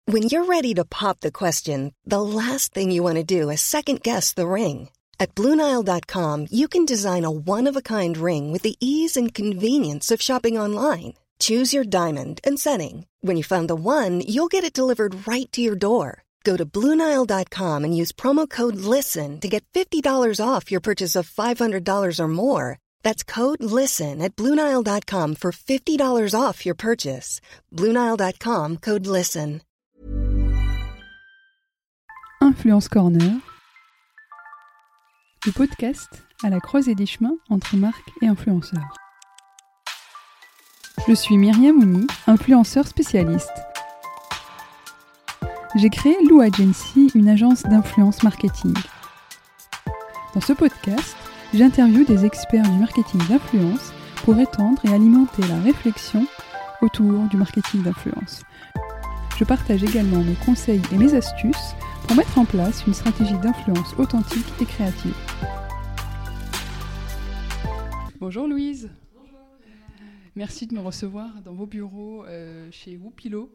When you're ready to pop the question, the last thing you want to do is second-guess the ring. At BlueNile.com, you can design a one-of-a-kind ring with the ease and convenience of shopping online. Choose your diamond and setting. When you find the one, you'll get it delivered right to your door. Go to BlueNile.com and use promo code LISTEN to get $50 off your purchase of $500 or more. That's code LISTEN at BlueNile.com for $50 off your purchase. BlueNile.com, code LISTEN. Influence Corner, le podcast à la croisée des chemins entre marques et influenceurs. Je suis Myriam Ouni, influenceur spécialiste. J'ai créé Lou Agency, une agence d'influence marketing. Dans ce podcast, j'interviewe des experts du marketing d'influence pour étendre et alimenter la réflexion autour du marketing d'influence. Je partage également mes conseils et mes astuces pour mettre en place une stratégie d'influence authentique et créative. Bonjour Louise. Bonjour. Merci de me recevoir dans vos bureaux chez Woopilo.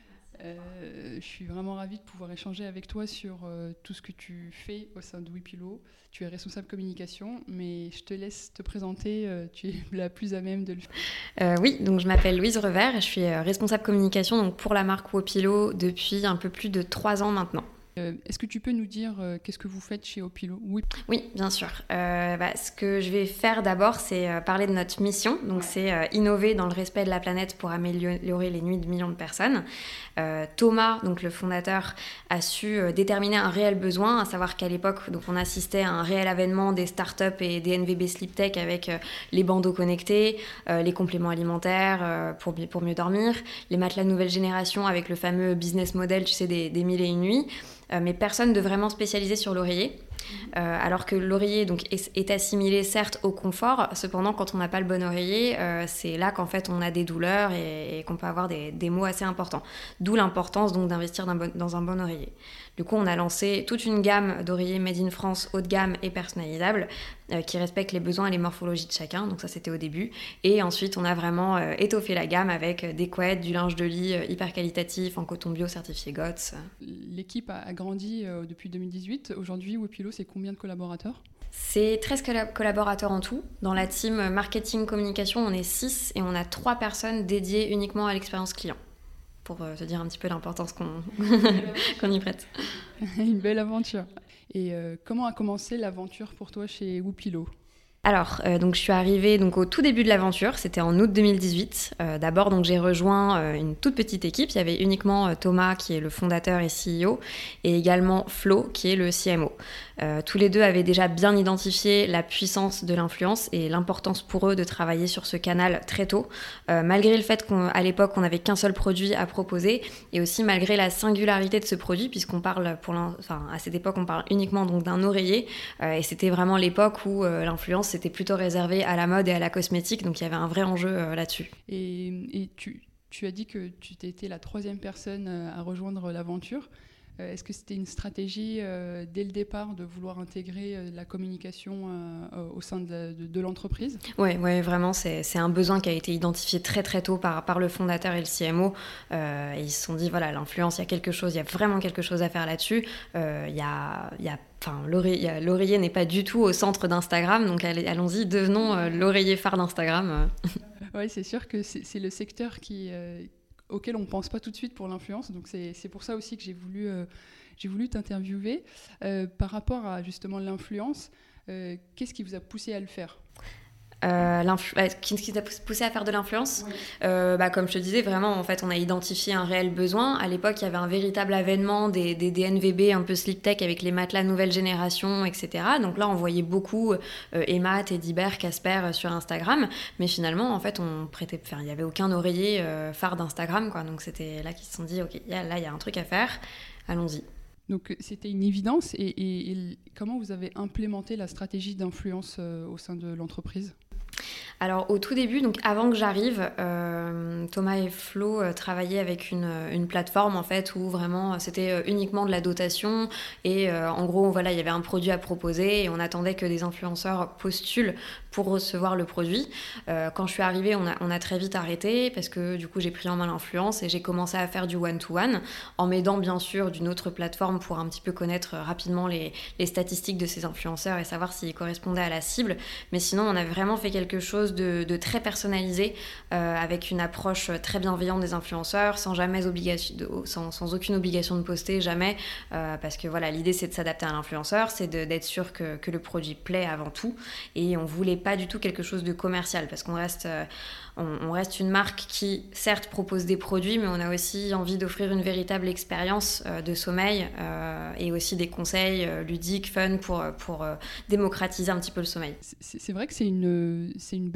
Je suis vraiment ravie de pouvoir échanger avec toi sur tout ce que tu fais au sein de Woopilo. Tu es responsable communication, mais je te laisse te présenter, tu es la plus à même de le faire. Oui, donc je m'appelle Louise Revers, je suis responsable communication donc pour la marque Woopilo depuis un peu plus de 3 ans maintenant. Est-ce que tu peux nous dire qu'est-ce que vous faites chez Woopilo ? Oui, bien sûr. Ce que je vais faire d'abord, c'est parler de notre mission. Donc, c'est innover dans le respect de la planète pour améliorer les nuits de millions de personnes. Thomas, donc le fondateur, a su déterminer un réel besoin, à savoir qu'à l'époque, donc, on assistait à un réel avènement des startups et des NVB Sleep Tech avec les bandeaux connectés, les compléments alimentaires pour mieux dormir, les matelas nouvelle génération avec le fameux business model, tu sais, des 1001 nuits. Mais personne de vraiment spécialisé sur l'oreiller. Alors que l'oreiller donc, est assimilé certes au confort, cependant quand on n'a pas le bon oreiller, c'est là qu'en fait on a des douleurs et qu'on peut avoir des maux assez importants. D'où l'importance donc d'investir dans un bon oreiller. Du coup, on a lancé toute une gamme d'oreillers made in France, haut de gamme et personnalisables, qui respectent les besoins et les morphologies de chacun. Donc ça, c'était au début. Et ensuite, on a vraiment étoffé la gamme avec des couettes, du linge de lit hyper qualitatif, en coton bio certifié GOTS. L'équipe a grandi depuis 2018. Aujourd'hui, Woopilo, c'est combien de collaborateurs ? C'est 13 collaborateurs en tout. Dans la team marketing communication, on est 6 et on a 3 personnes dédiées uniquement à l'expérience client. Pour te dire un petit peu l'importance qu'on y prête. Une belle aventure. Et comment a commencé l'aventure pour toi chez Woopilo ? Alors, donc je suis arrivée donc, au tout début de l'aventure, c'était en août 2018. D'abord, donc, j'ai rejoint une toute petite équipe. Il y avait uniquement Thomas, qui est le fondateur et CEO, et également Flo, qui est le CMO. Tous les deux avaient déjà bien identifié la puissance de l'influence et l'importance pour eux de travailler sur ce canal très tôt, malgré le fait qu'à l'époque, on n'avait qu'un seul produit à proposer, et aussi malgré la singularité de ce produit, puisqu'on parle, à cette époque, on parle uniquement donc, d'un oreiller, et c'était vraiment l'époque où l'influence c'était plutôt réservé à la mode et à la cosmétique, donc il y avait un vrai enjeu là-dessus. Et tu as dit que tu étais la 3e personne à rejoindre l'aventure. Est-ce que c'était une stratégie dès le départ de vouloir intégrer la communication au sein de l'entreprise ? Oui, vraiment, c'est un besoin qui a été identifié très très tôt par le fondateur et le CMO. Et ils se sont dit, voilà, l'influence, il y a vraiment quelque chose à faire là-dessus. L'oreiller n'est pas du tout au centre d'Instagram, donc allons-y, devenons l'oreiller phare d'Instagram. Oui, c'est sûr que c'est le secteur auquel on ne pense pas tout de suite pour l'influence, donc c'est pour ça aussi que j'ai voulu t'interviewer. Par rapport à justement l'influence, qu'est-ce qui vous a poussé à le faire ? Qu'est-ce qui t'a poussé à faire de l'influence ? Oui. Comme je te disais, vraiment, en fait, on a identifié un réel besoin. À l'époque, il y avait un véritable avènement des NVB un peu sleep tech avec les matelas nouvelle génération, etc. Donc là, on voyait beaucoup Emma, Teddy Bear, Casper sur Instagram. Mais finalement, en fait, il n'y avait aucun oreiller phare d'Instagram, quoi. Donc c'était là qu'ils se sont dit, OK, là, il y a un truc à faire, allons-y. Donc c'était une évidence. Et comment vous avez implémenté la stratégie d'influence au sein de l'entreprise ? Alors au tout début, donc avant que j'arrive, Thomas et Flo travaillaient avec une plateforme en fait où vraiment c'était uniquement de la dotation et en gros voilà, il y avait un produit à proposer et on attendait que des influenceurs postulent pour recevoir le produit. Quand je suis arrivée, on a très vite arrêté parce que du coup j'ai pris en main l'influence et j'ai commencé à faire du one-to-one en m'aidant bien sûr d'une autre plateforme pour un petit peu connaître rapidement les statistiques de ces influenceurs et savoir s'ils correspondaient à la cible. Mais sinon on a vraiment fait quelque chose de très personnalisé avec une approche très bienveillante des influenceurs sans aucune obligation de poster, jamais, parce que voilà, l'idée c'est de s'adapter à l'influenceur, c'est d'être sûr que le produit plaît avant tout et on voulait pas du tout quelque chose de commercial parce qu'on reste une marque qui certes propose des produits mais on a aussi envie d'offrir une véritable expérience de sommeil et aussi des conseils ludiques, fun pour démocratiser un petit peu le sommeil. C'est vrai que c'est une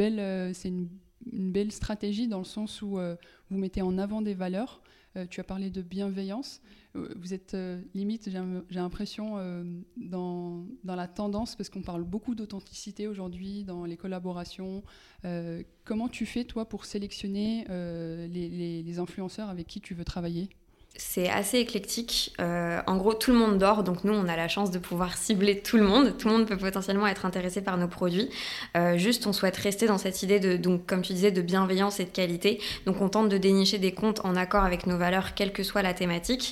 belle stratégie dans le sens où vous mettez en avant des valeurs. Tu as parlé de bienveillance. Vous êtes limite, j'ai l'impression, dans la tendance, parce qu'on parle beaucoup d'authenticité aujourd'hui dans les collaborations. Comment tu fais, toi, pour sélectionner les influenceurs avec qui tu veux travailler ? C'est assez éclectique. En gros, tout le monde dort, donc nous, on a la chance de pouvoir cibler tout le monde. Tout le monde peut potentiellement être intéressé par nos produits. Juste, on souhaite rester dans cette idée donc, comme tu disais, de bienveillance et de qualité. Donc, on tente de dénicher des comptes en accord avec nos valeurs, quelle que soit la thématique.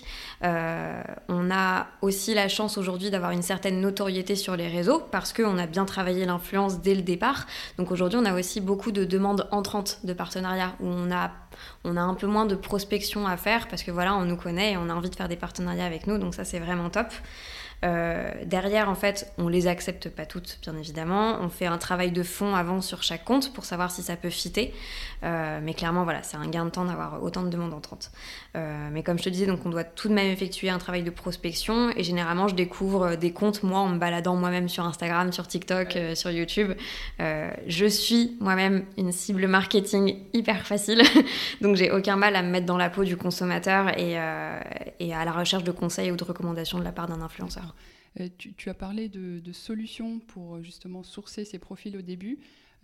On a aussi la chance aujourd'hui d'avoir une certaine notoriété sur les réseaux parce qu'on a bien travaillé l'influence dès le départ. Donc, aujourd'hui, on a aussi beaucoup de demandes entrantes de partenariats où on a un peu moins de prospection à faire parce que voilà, on nous connaît et on a envie de faire des partenariats avec nous, donc ça c'est vraiment top. Derrière, en fait, on les accepte pas toutes, bien évidemment. On fait un travail de fond avant sur chaque compte pour savoir si ça peut fitter. Mais clairement, voilà, c'est un gain de temps d'avoir autant de demandes entrantes. Mais comme je te disais, donc on doit tout de même effectuer un travail de prospection. Et généralement, je découvre des comptes, moi, en me baladant moi-même sur Instagram, sur TikTok, sur YouTube. Je suis moi-même une cible marketing hyper facile. Donc, j'ai aucun mal à me mettre dans la peau du consommateur et à la recherche de conseils ou de recommandations de la part d'un influenceur. Tu as parlé de solutions pour justement sourcer ces profils au début.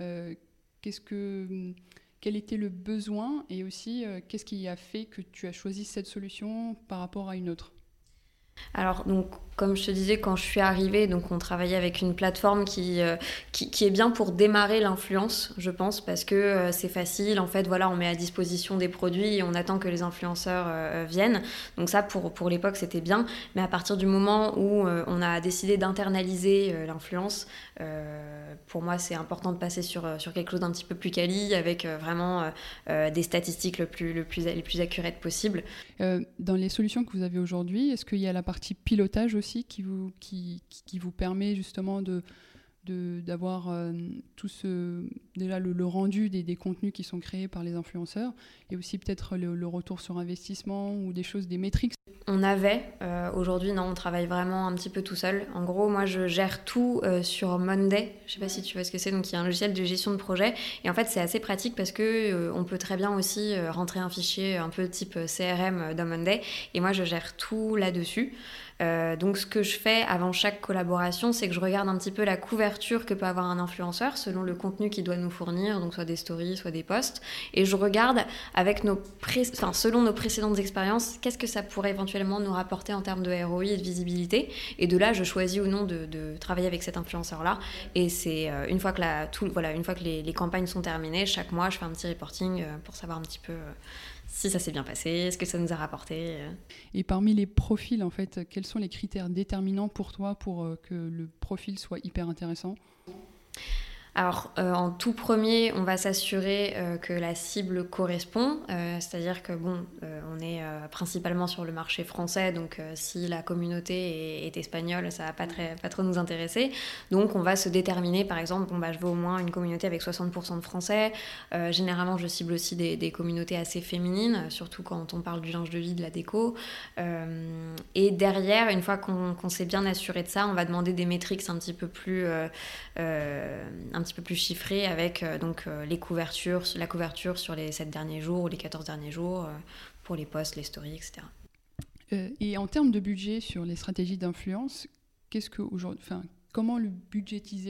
Quel était le besoin et aussi qu'est-ce qui a fait que tu as choisi cette solution par rapport à une autre ? Alors, donc, comme je te disais, quand je suis arrivée, donc on travaillait avec une plateforme qui est bien pour démarrer l'influence, je pense, parce que c'est facile. En fait, voilà, on met à disposition des produits et on attend que les influenceurs viennent. Donc ça, pour l'époque, c'était bien. Mais à partir du moment où on a décidé d'internaliser l'influence, pour moi, c'est important de passer sur quelque chose d'un petit peu plus quali, avec vraiment des statistiques les plus accurées possibles. Dans les solutions que vous avez aujourd'hui, est-ce qu'il y a la partie pilotage aussi qui vous permet justement d'avoir déjà le rendu des contenus qui sont créés par les influenceurs et aussi peut-être le retour sur investissement ou des métriques? On avait, aujourd'hui non, on travaille vraiment un petit peu tout seul. En gros, moi je gère tout sur Monday, je sais pas si tu vois ce que c'est, donc il y a un logiciel de gestion de projet et en fait c'est assez pratique parce que on peut très bien aussi rentrer un fichier un peu type CRM dans Monday et moi je gère tout là-dessus. Donc ce que je fais avant chaque collaboration, c'est que je regarde un petit peu la couverture que peut avoir un influenceur selon le contenu qu'il doit nous fournir, donc soit des stories, soit des posts, et je regarde avec selon nos précédentes expériences, qu'est-ce que ça pourrait éventuellement nous rapporter en termes de ROI et de visibilité, et de là je choisis ou non de travailler avec cet influenceur-là, et c'est une fois que les campagnes sont terminées, chaque mois je fais un petit reporting pour savoir un petit peu si ça s'est bien passé, ce que ça nous a rapporté. Et parmi les profils, en fait, quels sont les critères déterminants pour toi pour que le profil soit hyper intéressant ? Alors, en tout premier, on va s'assurer que la cible correspond, c'est-à-dire que on est principalement sur le marché français, donc si la communauté est espagnole, ça va pas trop nous intéresser. Donc, on va se déterminer, par exemple, je veux au moins une communauté avec 60% de Français. Généralement, je cible aussi des communautés assez féminines, surtout quand on parle du linge de lit, de la déco. Et derrière, une fois qu'on s'est bien assuré de ça, on va demander des métriques un petit peu plus chiffré avec la couverture sur les 7 derniers jours ou les 14 derniers jours pour les posts, les stories, etc. Et en termes de budget sur les stratégies d'influence, comment le budgétiser ?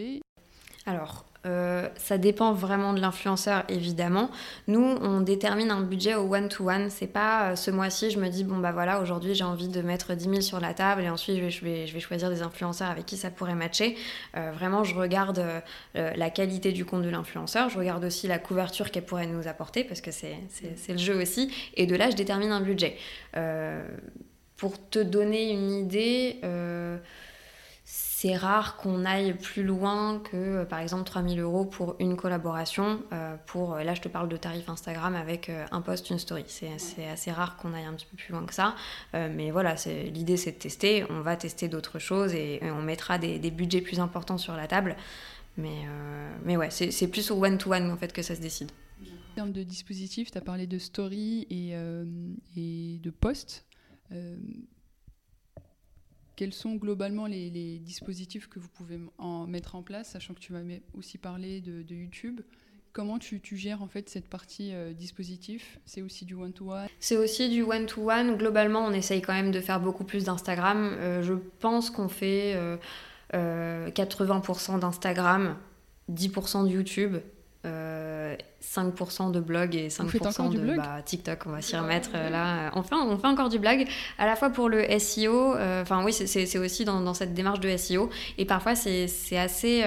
Alors, Ça dépend vraiment de l'influenceur, évidemment. Nous, on détermine un budget au one-to-one. C'est pas ce mois-ci, je me dis, bon, bah voilà, aujourd'hui, j'ai envie de mettre 10 000 sur la table et ensuite, je vais choisir des influenceurs avec qui ça pourrait matcher. Vraiment, je regarde la qualité du compte de l'influenceur. Je regarde aussi la couverture qu'elle pourrait nous apporter parce que c'est le jeu aussi. Et de là, je détermine un budget. Pour te donner une idée... c'est rare qu'on aille plus loin que, par exemple, 3 000 € pour une collaboration. Là, je te parle de tarifs Instagram avec un post, une story. C'est assez rare qu'on aille un petit peu plus loin que ça. Mais voilà, l'idée, c'est de tester. On va tester d'autres choses et on mettra des budgets plus importants sur la table. Mais ouais, c'est plus au one-to-one en fait, que ça se décide. En termes de dispositifs, tu as parlé de story et de post. Quels sont globalement les dispositifs que vous pouvez mettre en place, sachant que tu m'as aussi parlé de YouTube. Comment tu gères en fait cette partie dispositif ? C'est aussi du one-to-one ? C'est aussi du one-to-one. Globalement, on essaye quand même de faire beaucoup plus d'Instagram. Je pense qu'on fait 80% d'Instagram, 10% de YouTube, 5% de blog et 5% de TikTok. On va s'y remettre là. Enfin, on fait encore du blog, à la fois pour le SEO. Oui, c'est aussi dans cette démarche de SEO. Et parfois, c'est assez...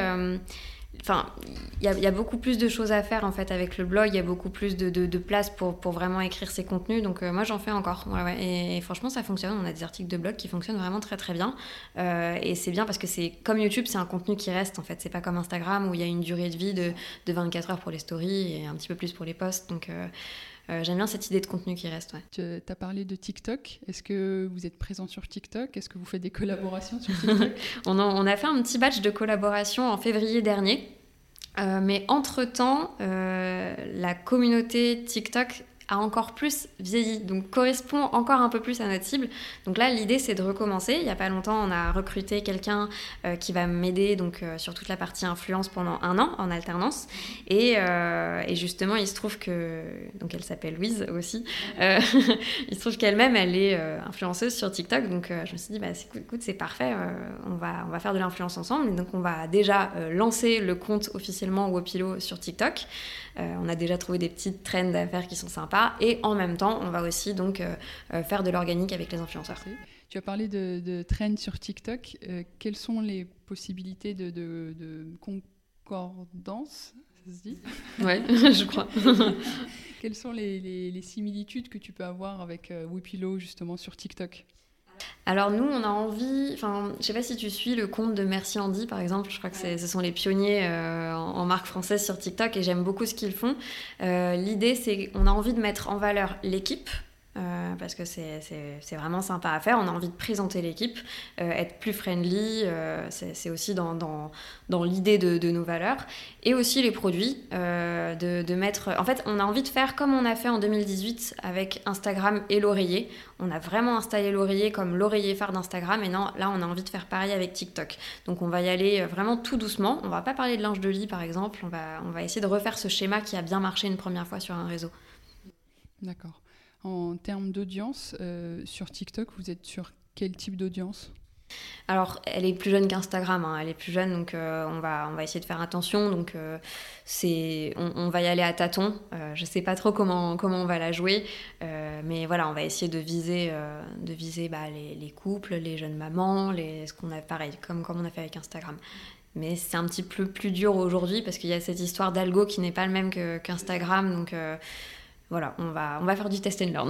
il y a beaucoup plus de choses à faire en fait avec le blog, il y a beaucoup plus de place pour vraiment écrire ses contenus, donc moi j'en fais encore. Ouais. Et franchement ça fonctionne, on a des articles de blog qui fonctionnent vraiment très très bien, et c'est bien parce que c'est comme YouTube, c'est un contenu qui reste en fait, c'est pas comme Instagram où il y a une durée de vie de 24 heures pour les stories et un petit peu plus pour les posts, donc j'aime bien cette idée de contenu qui reste. Ouais. Tu as parlé de TikTok. Est-ce que vous êtes présent sur TikTok ? Est-ce que vous faites des collaborations sur TikTok ? On a fait un petit batch de collaborations en février dernier. Mais entre-temps, la communauté TikTok a encore plus vieilli, donc correspond encore un peu plus à notre cible. Donc là, l'idée, c'est de recommencer. Il n'y a pas longtemps, on a recruté quelqu'un qui va m'aider sur toute la partie influence pendant 1 an en alternance. Et justement, il se trouve que... Donc elle s'appelle Louise aussi. Il se trouve qu'elle-même, elle est influenceuse sur TikTok. Donc je me suis dit, écoute, c'est parfait. On va faire de l'influence ensemble. Et donc on va déjà lancer le compte officiellement Wopilo sur TikTok. On a déjà trouvé des petites trends à faire qui sont sympas. Et en même temps, on va aussi donc faire de l'organique avec les influenceurs. Tu as parlé de trends sur TikTok. Quelles sont les possibilités de concordance, ça se dit ? Ouais, je crois. Quelles sont les similitudes que tu peux avoir avec Wopilo justement sur TikTok ? Alors nous, on a envie... je sais pas si tu suis le compte de Merci Andy, par exemple. Je crois que ce sont les pionniers en marque française sur TikTok et j'aime beaucoup ce qu'ils font. L'idée, c'est qu'on a envie de mettre en valeur l'équipe. Parce que c'est vraiment sympa à faire. On a envie de présenter l'équipe, être plus friendly, c'est aussi dans l'idée de nos valeurs. Et aussi les produits, de mettre... En fait, on a envie de faire comme on a fait en 2018 avec Instagram et l'oreiller. On a vraiment installé l'oreiller comme l'oreiller phare d'Instagram. Et là, on a envie de faire pareil avec TikTok. Donc, on va y aller vraiment tout doucement. On va pas parler de linge de lit, par exemple. On va essayer de refaire ce schéma qui a bien marché une première fois sur un réseau. D'accord. En termes d'audience, sur TikTok, vous êtes sur quel type d'audience ? Alors, elle est plus jeune qu'Instagram, hein. Elle est plus jeune, donc on va essayer de faire attention. Donc, on va y aller à tâtons. Je ne sais pas trop comment on va la jouer, mais voilà, on va essayer de viser les couples, les jeunes mamans, ce qu'on a pareil, comme on a fait avec Instagram. Mais c'est un petit peu plus dur aujourd'hui parce qu'il y a cette histoire d'algo qui n'est pas le même qu'Instagram, donc... Voilà, on va faire du test and learn.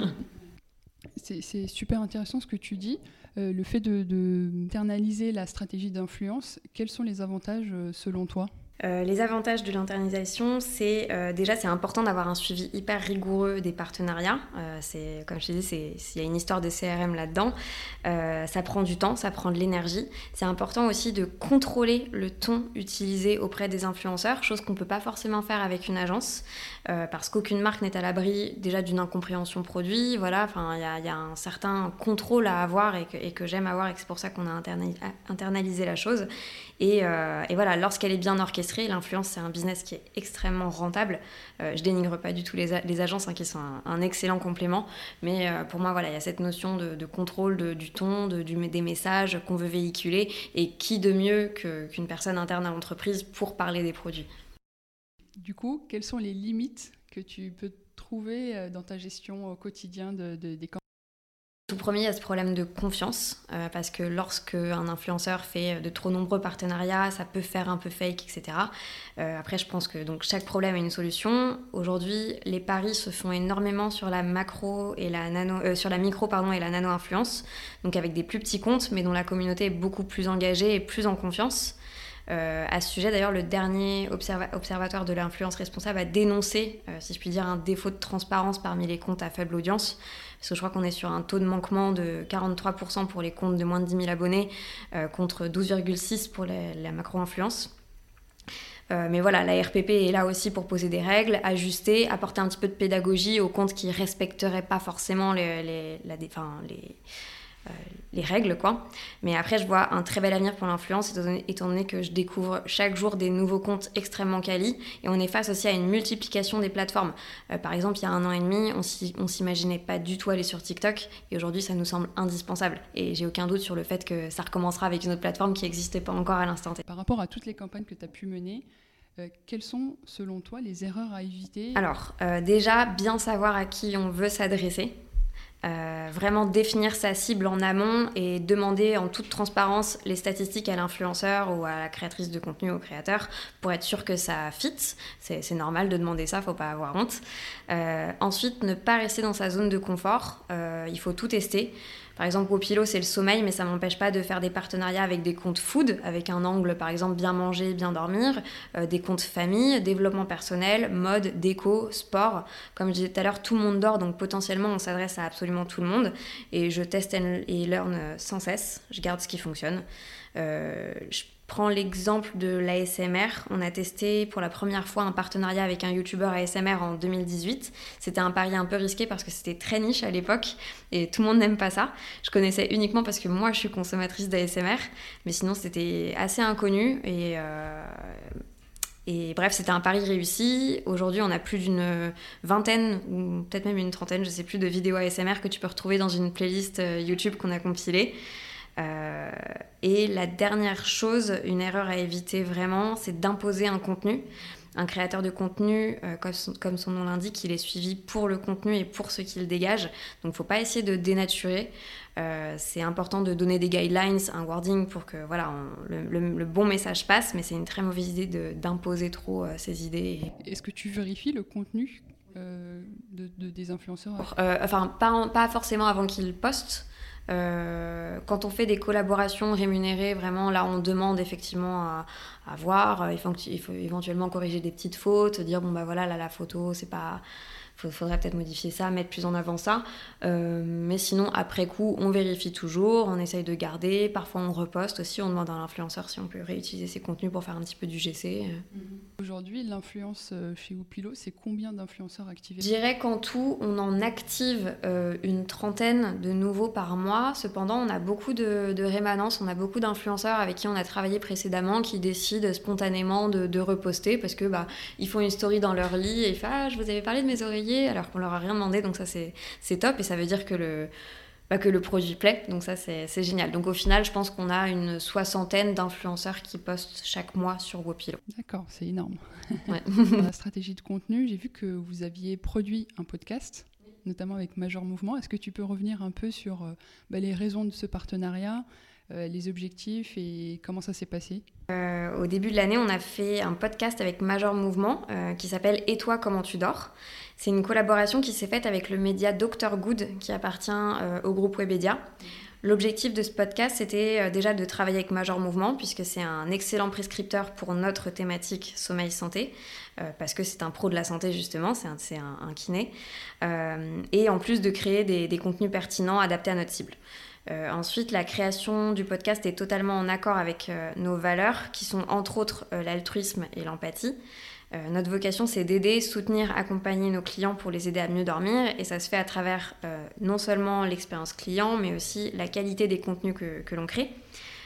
C'est super intéressant ce que tu dis. Le fait d'internaliser la stratégie d'influence, quels sont les avantages selon toi ? Les avantages de l'internalisation, c'est important d'avoir un suivi hyper rigoureux des partenariats. Comme je te dis, il y a une histoire de CRM là-dedans. Ça prend du temps, ça prend de l'énergie. C'est important aussi de contrôler le ton utilisé auprès des influenceurs, chose qu'on ne peut pas forcément faire avec une agence, parce qu'aucune marque n'est à l'abri déjà d'une incompréhension produit. Voilà, il y a un certain contrôle à avoir et que j'aime avoir, et c'est pour ça qu'on a internalisé la chose. Et voilà, lorsqu'elle est bien orchestrée, orchestré. L'influence, c'est un business qui est extrêmement rentable. Je dénigre pas du tout les agences qui sont un excellent complément, mais pour moi, voilà, il y a cette notion de contrôle du ton, des messages qu'on veut véhiculer, et qui de mieux qu'une personne interne à l'entreprise pour parler des produits. Du coup, quelles sont les limites que tu peux trouver dans ta gestion au quotidien des campagnes? Tout premier, il y a ce problème de confiance, parce que lorsque un influenceur fait de trop nombreux partenariats, ça peut faire un peu fake, etc. Après, je pense que donc, chaque problème a une solution. Aujourd'hui, les paris se font énormément sur la micro et la nano-influence, donc avec des plus petits comptes, mais dont la communauté est beaucoup plus engagée et plus en confiance. À ce sujet, d'ailleurs, le dernier observatoire de l'influence responsable a dénoncé, si je puis dire, un défaut de transparence parmi les comptes à faible audience. Parce que je crois qu'on est sur un taux de manquement de 43% pour les comptes de moins de 10 000 abonnés, contre 12,6% pour la macro-influence. Mais voilà, la RPP est là aussi pour poser des règles, ajuster, apporter un petit peu de pédagogie aux comptes qui ne respecteraient pas forcément les règles, quoi. Mais après, je vois un très bel avenir pour l'influence, étant donné que je découvre chaque jour des nouveaux comptes extrêmement quali, et on est face aussi à une multiplication des plateformes. Par exemple, il y a 1 an et demi, on s'imaginait pas du tout aller sur TikTok, et aujourd'hui, ça nous semble indispensable. Et j'ai aucun doute sur le fait que ça recommencera avec une autre plateforme qui n'existait pas encore à l'instant T. Par rapport à toutes les campagnes que tu as pu mener, quelles sont, selon toi, les erreurs à éviter ? Alors, déjà, bien savoir à qui on veut s'adresser. Vraiment définir sa cible en amont et demander en toute transparence les statistiques à l'influenceur ou à la créatrice de contenu, au créateur, pour être sûr que ça fit. C'est normal de demander ça, faut pas avoir honte. Ensuite, ne pas rester dans sa zone de confort. Il faut tout tester. Par exemple, Wopilo, c'est le sommeil, mais ça ne m'empêche pas de faire des partenariats avec des comptes food, avec un angle, par exemple, bien manger, bien dormir, des comptes famille, développement personnel, mode, déco, sport. Comme je disais tout à l'heure, tout le monde dort, donc potentiellement, on s'adresse à absolument tout le monde. Et je teste et learn sans cesse. Je garde ce qui fonctionne. Je prends l'exemple de l'ASMR. On a testé pour la première fois un partenariat avec un youtubeur ASMR en 2018. C'était un pari un peu risqué parce que c'était très niche à l'époque et tout le monde n'aime pas ça. Je connaissais uniquement parce que moi je suis consommatrice d'ASMR, mais sinon c'était assez inconnu et bref, c'était un pari réussi. Aujourd'hui, on a plus d'une vingtaine, ou peut-être même une trentaine, je sais plus, de vidéos ASMR que tu peux retrouver dans une playlist YouTube qu'on a compilée. Et la dernière chose, une erreur à éviter vraiment, c'est d'imposer un contenu. Un créateur de contenu, comme son nom l'indique, il est suivi pour le contenu et pour ce qu'il dégage. Donc il ne faut pas essayer de dénaturer. C'est important de donner des guidelines, un wording pour que voilà, le bon message passe, mais c'est une très mauvaise idée d'imposer trop ses idées. Est-ce que tu vérifies le contenu des influenceurs ? Pas forcément avant qu'ils postent. Quand on fait des collaborations rémunérées, vraiment là on demande effectivement à voir, il faut éventuellement corriger des petites fautes, dire bon bah voilà là la photo c'est pas, faudrait peut-être modifier ça, mettre plus en avant ça, mais sinon après coup on vérifie toujours, on essaye de garder, parfois on reposte aussi, on demande à l'influenceur si on peut réutiliser ses contenus pour faire un petit peu du GC. Aujourd'hui, l'influence chez Wopilo, c'est combien d'influenceurs activés ? Je dirais qu'en tout, on en active une trentaine de nouveaux par mois. Cependant, on a beaucoup de rémanence, on a beaucoup d'influenceurs avec qui on a travaillé précédemment qui décident spontanément de reposter parce que ils font une story dans leur lit et ils font « Ah, je vous avais parlé de mes oreillers » alors qu'on leur a rien demandé. Donc ça, c'est top et ça veut dire que le produit plaît, donc ça c'est génial. Donc au final, je pense qu'on a une soixantaine d'influenceurs qui postent chaque mois sur Wopilo. D'accord, c'est énorme. Ouais. Dans la stratégie de contenu, j'ai vu que vous aviez produit un podcast, notamment avec Major Mouvement. Est-ce que tu peux revenir un peu sur les raisons de ce partenariat, les objectifs et comment ça s'est passé ? Au début de l'année, on a fait un podcast avec Major Mouvement qui s'appelle « Et toi, comment tu dors ?» C'est une collaboration qui s'est faite avec le média Dr Good qui appartient au groupe Webedia. L'objectif de ce podcast, c'était déjà de travailler avec Major Mouvement puisque c'est un excellent prescripteur pour notre thématique sommeil-santé parce que c'est un pro de la santé justement, c'est un kiné. Et en plus de créer des contenus pertinents adaptés à notre cible. Ensuite, la création du podcast est totalement en accord avec nos valeurs qui sont entre autres l'altruisme et l'empathie. Notre vocation, c'est d'aider, soutenir, accompagner nos clients pour les aider à mieux dormir et ça se fait à travers non seulement l'expérience client mais aussi la qualité des contenus que l'on crée.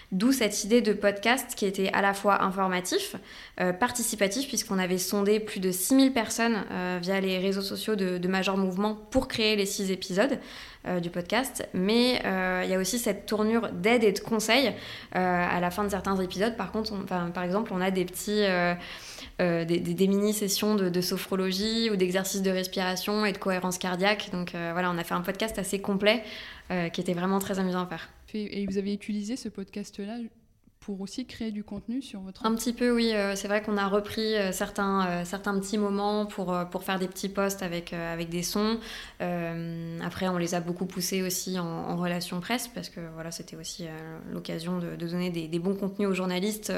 D'où cette idée de podcast qui était à la fois informatif, participatif, puisqu'on avait sondé plus de 6000 personnes via les réseaux sociaux de Major Mouvement pour créer les 6 épisodes du podcast. Mais il y a aussi cette tournure d'aide et de conseil à la fin de certains épisodes. Par contre, par exemple, on a des petits... des mini-sessions de sophrologie ou d'exercices de respiration et de cohérence cardiaque. Donc voilà, on a fait un podcast assez complet qui était vraiment très amusant à faire. Et vous avez utilisé ce podcast-là pour aussi créer du contenu sur votre... Un petit peu, oui. C'est vrai qu'on a repris certains petits moments pour faire des petits posts avec des sons. Après, on les a beaucoup poussés aussi en relation presse parce que voilà, c'était aussi l'occasion de donner des bons contenus aux journalistes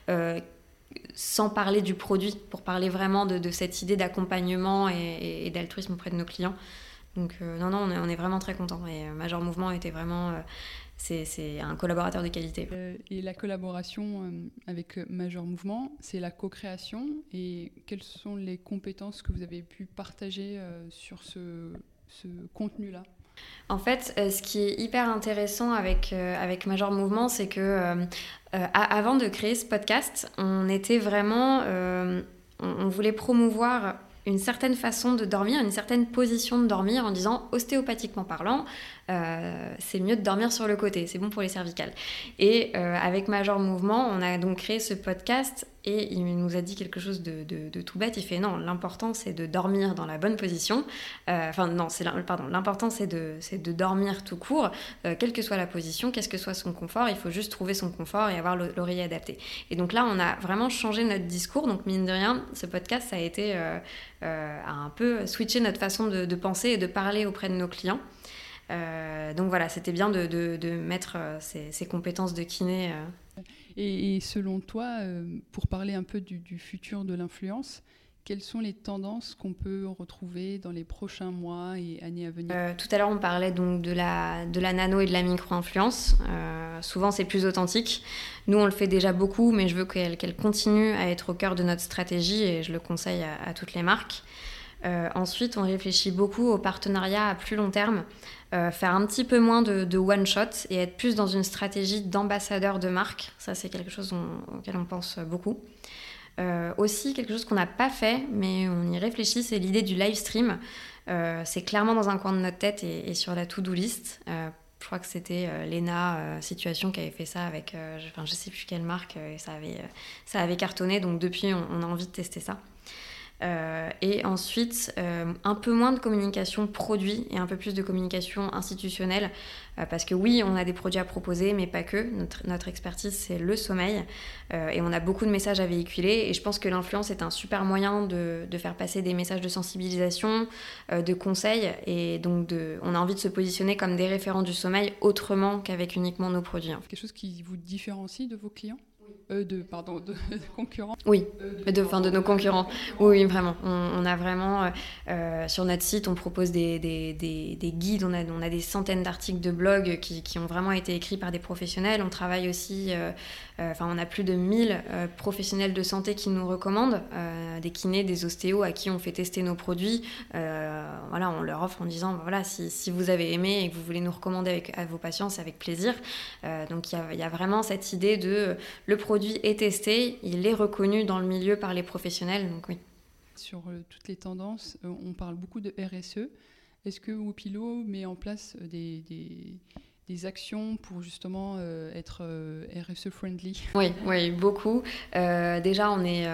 sans parler du produit, pour parler vraiment de cette idée d'accompagnement et d'altruisme auprès de nos clients. Donc on est vraiment très contents. Et Major Mouvement était vraiment... c'est un collaborateur de qualité. Et la collaboration avec Major Mouvement, c'est la co-création. Et quelles sont les compétences que vous avez pu partager sur ce contenu-là ? En fait, ce qui est hyper intéressant avec Major Mouvement, c'est que avant de créer ce podcast, on était vraiment... on voulait promouvoir une certaine façon de dormir, une certaine position de dormir en disant, ostéopathiquement parlant, c'est mieux de dormir sur le côté, c'est bon pour les cervicales. Et avec Major Mouvement, on a donc créé ce podcast et il nous a dit quelque chose de tout bête. Il fait non, l'important c'est de dormir dans la bonne position. L'important c'est de dormir tout court, quelle que soit la position, qu'est-ce que soit son confort, il faut juste trouver son confort et avoir l'oreiller adapté. Et donc là, on a vraiment changé notre discours. Donc mine de rien, ce podcast, ça a été à un peu switcher notre façon de penser et de parler auprès de nos clients. Donc voilà, c'était bien de mettre ces compétences de kiné. Et selon toi, pour parler un peu du futur de l'influence, quelles sont les tendances qu'on peut retrouver dans les prochains mois et années à venir ? Tout à l'heure, on parlait donc de la nano et de la micro-influence. Souvent, c'est plus authentique. Nous, on le fait déjà beaucoup, mais je veux qu'elle continue à être au cœur de notre stratégie et je le conseille à toutes les marques. Ensuite, on réfléchit beaucoup au partenariat à plus long terme, faire un petit peu moins de one-shot et être plus dans une stratégie d'ambassadeur de marque. Ça, c'est quelque chose auquel on pense beaucoup. Aussi, quelque chose qu'on n'a pas fait, mais on y réfléchit, c'est l'idée du live stream. C'est clairement dans un coin de notre tête et sur la to-do list. Je crois que c'était Lena Situation qui avait fait ça avec, je ne sais plus quelle marque, et ça avait cartonné. Donc depuis, on a envie de tester ça. Et ensuite, un peu moins de communication produit et un peu plus de communication institutionnelle. Parce que oui, on a des produits à proposer, mais pas que. Notre expertise, c'est le sommeil. Et on a beaucoup de messages à véhiculer. Et je pense que l'influence est un super moyen de faire passer des messages de sensibilisation, de conseils. Et donc, on a envie de se positionner comme des référents du sommeil autrement qu'avec uniquement nos produits. Quelque chose qui vous différencie de vos clients ? De concurrents. Oui, de nos concurrents. Oui, vraiment. On a vraiment, sur notre site, on propose des guides, on a des centaines d'articles de blog qui ont vraiment été écrits par des professionnels. On travaille aussi, on a plus de 1000 professionnels de santé qui nous recommandent, des kinés, des ostéos à qui on fait tester nos produits. On leur offre en disant, voilà, si vous avez aimé et que vous voulez nous recommander à vos patients, c'est avec plaisir. Donc il y a vraiment cette idée de le produit est testé, il est reconnu dans le milieu par les professionnels, donc oui. Sur toutes les tendances, on parle beaucoup de RSE. Est-ce que Wopilo met en place des actions pour justement être RSE friendly ? Oui, beaucoup. Déjà, on est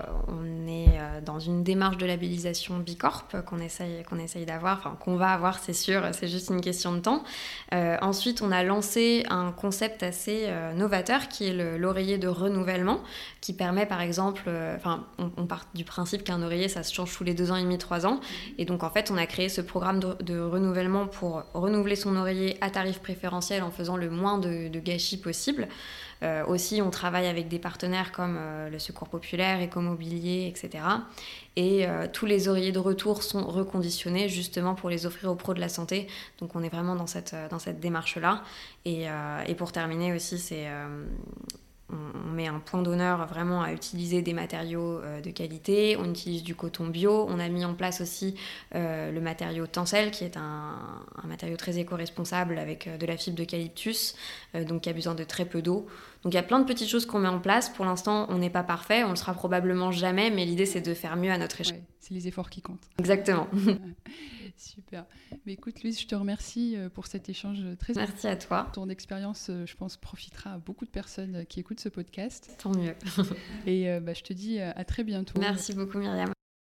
dans une démarche de labellisation Bicorp qu'on essaye d'avoir, qu'on va avoir, c'est sûr, c'est juste une question de temps. Ensuite, on a lancé un concept assez novateur qui est l'oreiller de renouvellement, qui permet par exemple, on part du principe qu'un oreiller, ça se change tous les 2 ans et demi, 3 ans. Et donc, en fait, on a créé ce programme de renouvellement pour renouveler son oreiller à tarif préférentiel en faisant le moins de gâchis possible. Aussi, on travaille avec des partenaires comme le Secours Populaire, Écomobilier, etc. Et tous les oreillers de retour sont reconditionnés justement pour les offrir aux pros de la santé. Donc on est vraiment dans cette démarche-là. Et pour terminer aussi, on met un point d'honneur vraiment à utiliser des matériaux de qualité, on utilise du coton bio, on a mis en place aussi le matériau Tencel qui est un matériau très éco-responsable avec de la fibre d'eucalyptus, donc qui a besoin de très peu d'eau. Donc il y a plein de petites choses qu'on met en place. Pour l'instant, on n'est pas parfait, on le sera probablement jamais, mais l'idée c'est de faire mieux à notre échelle. Ouais, c'est les efforts qui comptent. Exactement. Super. Mais écoute Louise, je te remercie pour cet échange très important. Merci à toi. Ton expérience, je pense, profitera à beaucoup de personnes qui écoutent ce podcast. Tant mieux. Et je te dis à très bientôt. Merci beaucoup Myriam.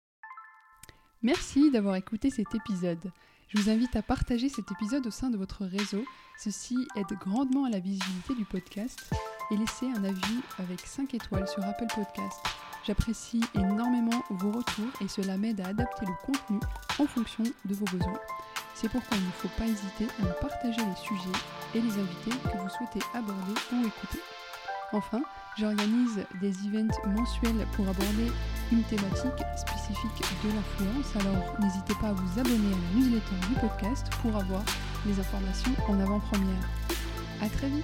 Merci d'avoir écouté cet épisode. Je vous invite à partager cet épisode au sein de votre réseau. Ceci aide grandement à la visibilité du podcast. Et laissez un avis avec 5 étoiles sur Apple Podcast. J'apprécie énormément vos retours et cela m'aide à adapter le contenu en fonction de vos besoins. C'est pourquoi il ne faut pas hésiter à me partager les sujets et les invités que vous souhaitez aborder ou écouter. Enfin, j'organise des events mensuels pour aborder une thématique spécifique de l'influence, alors n'hésitez pas à vous abonner à la newsletter du podcast pour avoir les informations en avant-première. À très vite!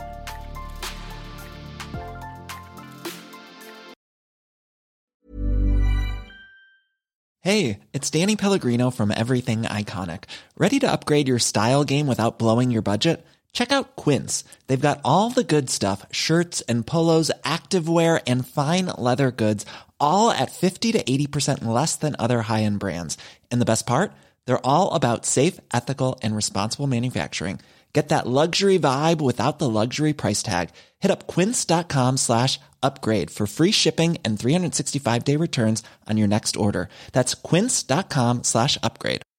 Hey, it's Danny Pellegrino from Everything Iconic. Ready to upgrade your style game without blowing your budget? Check out Quince. They've got all the good stuff, shirts and polos, activewear, and fine leather goods, all at 50 to 80% less than other high-end brands. And the best part? They're all about safe, ethical, and responsible manufacturing. Get that luxury vibe without the luxury price tag. Hit up quince.com/upgrade for free shipping and 365-day returns on your next order. That's quince.com/upgrade.